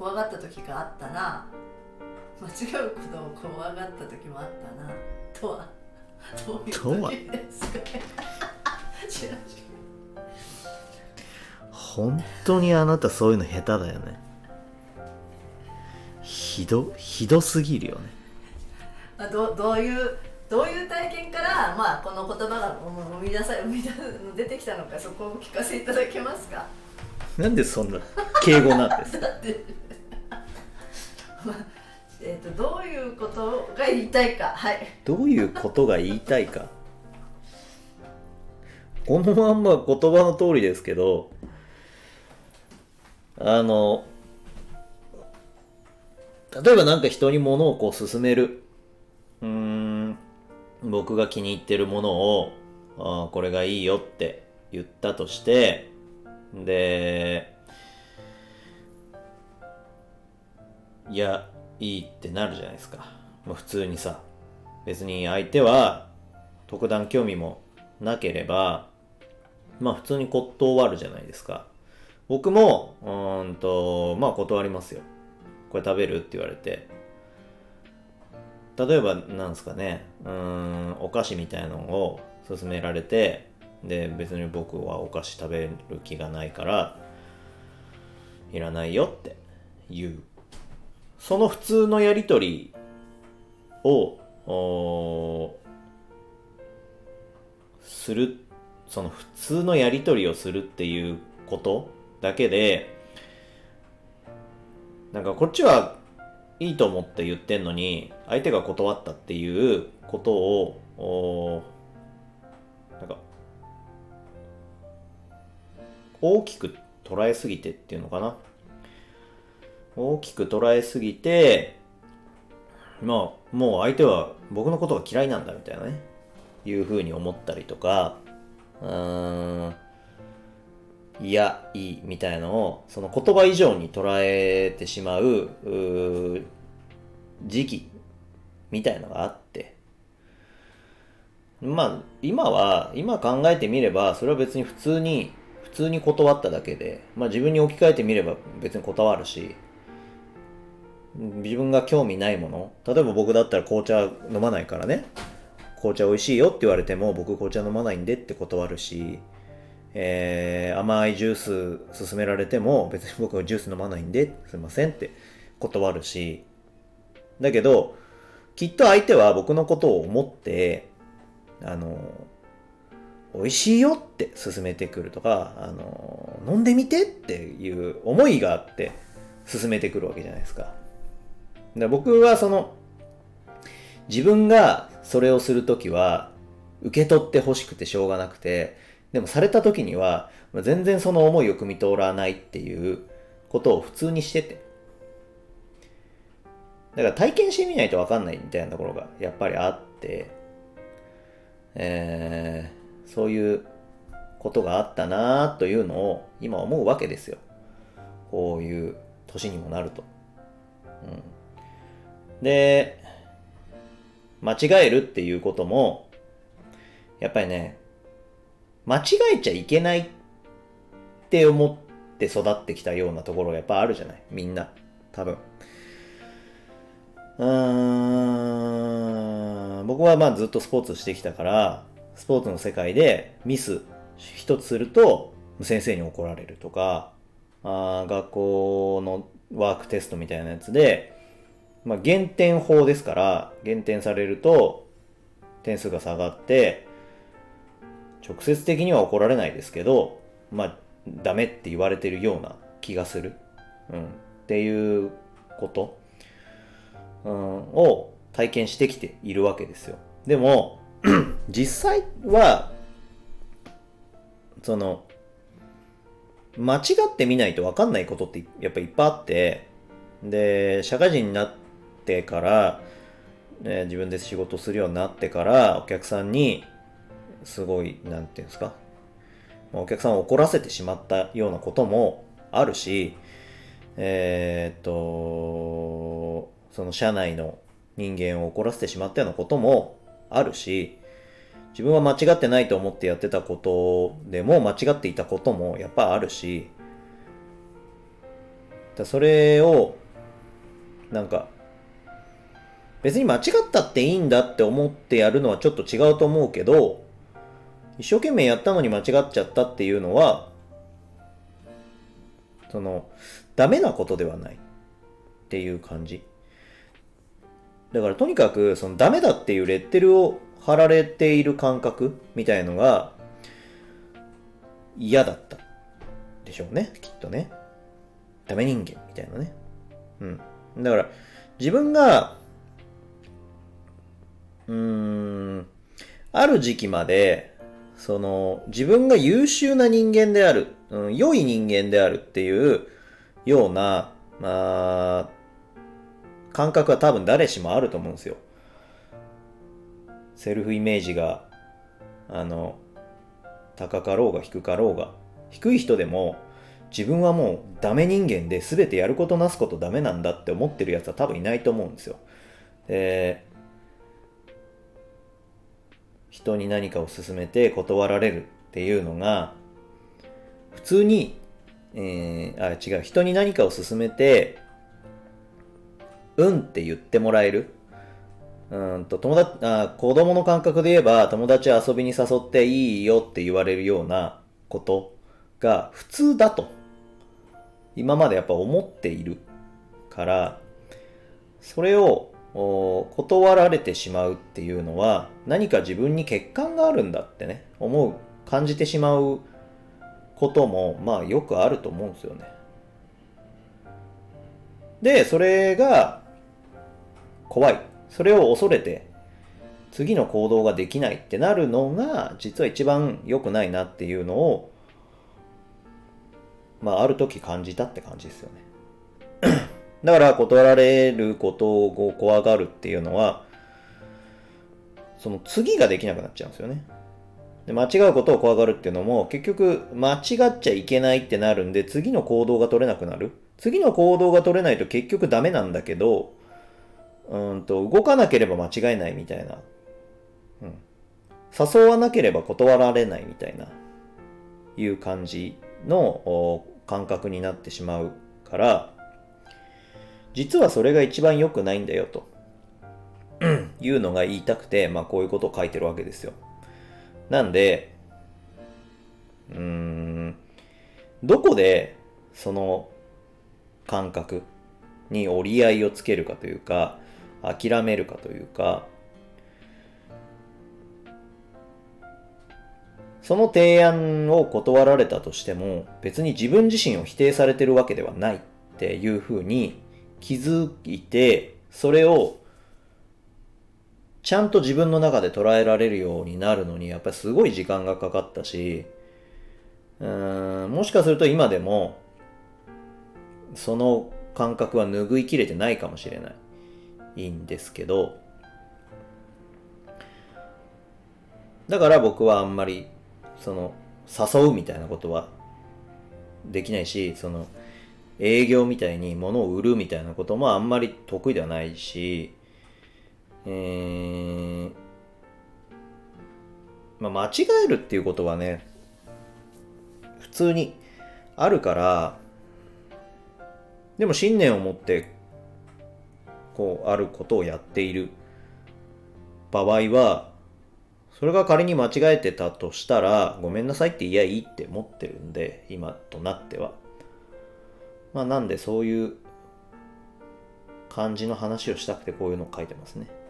怖がった時があったな、間違うことを怖がった時もあったなとはどういう時ですかね違う本当にあなたそういうの下手だよね。ひどすぎるよね。 どういう体験から、まあ、この言葉が出てきたのか、そこをお聞かせいただけますか。 なんでそんな敬語なんですかだってどういうことが言いたいか、はい、 どういうことが言いたいかこのまんま言葉の通りですけど、例えばなんか人に物をこう勧める、僕が気に入ってるものをこれがいいよって言ったとして、でいやいいってなるじゃないですか。まあ、普通にさ、別に相手は特段興味もなければ、まあ普通に断るじゃないですか。僕もまあ断りますよ。これ食べるって言われて、例えばなんですかね、お菓子みたいなのを勧められて、で別に僕はお菓子食べる気がないからいらないよって言う。その普通のやりとりをする、その普通のやりとりをするっていうことだけで、なんかこっちはいいと思って言ってんのに相手が断ったっていうことをなんか大きく捉えすぎてっていうのかな、大きく捉えすぎて、まあもう相手は僕のことが嫌いなんだみたいなね、いう風に思ったりとか、いやいいみたいのをその言葉以上に捉えてしまう時期みたいのがあって、まあ今考えてみればそれは別に普通に断っただけで、まあ自分に置き換えてみれば別に断るし、自分が興味ないもの、例えば僕だったら紅茶飲まないからね、紅茶美味しいよって言われても僕紅茶飲まないんでって断るし、甘いジュース勧められても別に僕はジュース飲まないんですいませんって断るし、だけどきっと相手は僕のことを思って美味しいよって勧めてくるとか、飲んでみてっていう思いがあって勧めてくるわけじゃないですか。で僕は自分がそれをするときは受け取ってほしくてしょうがなくて、でもされたときには全然その思いを汲み取らないっていうことを普通にしてて、だから体験してみないと分かんないみたいなところがやっぱりあって、そういうことがあったなというのを今思うわけですよ。こういう年にもなると。で、間違えるっていうことも、やっぱりね、間違えちゃいけないって思って育ってきたようなところがやっぱあるじゃない、みんな。多分。僕はまあずっとスポーツしてきたから、スポーツの世界でミス一つすると先生に怒られるとか、学校のワークテストみたいなやつで、まあ、減点法ですから、減点されると点数が下がって、直接的には怒られないですけど、まあダメって言われてるような気がする、っていうこと、を体験してきているわけですよ。でも実際は間違ってみないと分かんないことってやっぱいっぱいあって、で社会人になってから、自分で仕事するようになってからお客さんにすごいなんていうんですか、お客さんを怒らせてしまったようなこともあるし、その社内の人間を怒らせてしまったようなこともあるし、自分は間違ってないと思ってやってたことでも間違っていたこともやっぱあるし、 それをなんか別に間違ったっていいんだって思ってやるのはちょっと違うと思うけど、一生懸命やったのに間違っちゃったっていうのはダメなことではないっていう感じ。だからとにかくダメだっていうレッテルを貼られている感覚みたいのが嫌だったでしょうね、きっとね。ダメ人間みたいなね。だから自分がある時期まで自分が優秀な人間である、良い人間であるっていうような感覚は多分誰しもあると思うんですよ。セルフイメージが高かろうが低かろうが、低い人でも自分はもうダメ人間で全てやることなすことダメなんだって思ってるやつは多分いないと思うんですよ。人に何かを勧めて断られるっていうのが普通に、人に何かを勧めてって言ってもらえる。子供の感覚で言えば友達遊びに誘っていいよって言われるようなことが普通だと今までやっぱ思っているから、それを断られてしまうっていうのは何か自分に欠陥があるんだってね感じてしまうこともよくあると思うんですよね。でそれが怖い、それを恐れて次の行動ができないってなるのが実は一番良くないなっていうのをある時感じたって感じですよね。だから断られることを怖がるっていうのは次ができなくなっちゃうんですよね。で間違うことを怖がるっていうのも結局間違っちゃいけないってなるんで次の行動が取れなくなる。次の行動が取れないと結局ダメなんだけど動かなければ間違いないみたいな、誘わなければ断られないみたいないう感じの感覚になってしまうから、実はそれが一番良くないんだよというのが言いたくて、こういうことを書いてるわけですよ。なんでどこでその感覚に折り合いをつけるかというか諦めるかというか、その提案を断られたとしても別に自分自身を否定されてるわけではないっていうふうに気づいて、それをちゃんと自分の中で捉えられるようになるのにやっぱりすごい時間がかかったし、もしかすると今でもその感覚は拭いきれてないかもしれないんですけど、だから僕はあんまり誘うみたいなことはできないし、営業みたいに物を売るみたいなこともあんまり得意ではないし、間違えるっていうことはね普通にあるから、でも信念を持ってあることをやっている場合は、それが仮に間違えてたとしたらごめんなさいって言えばいいって思ってるんで、今となってはなんでそういう感じの話をしたくてこういうのを書いてますね。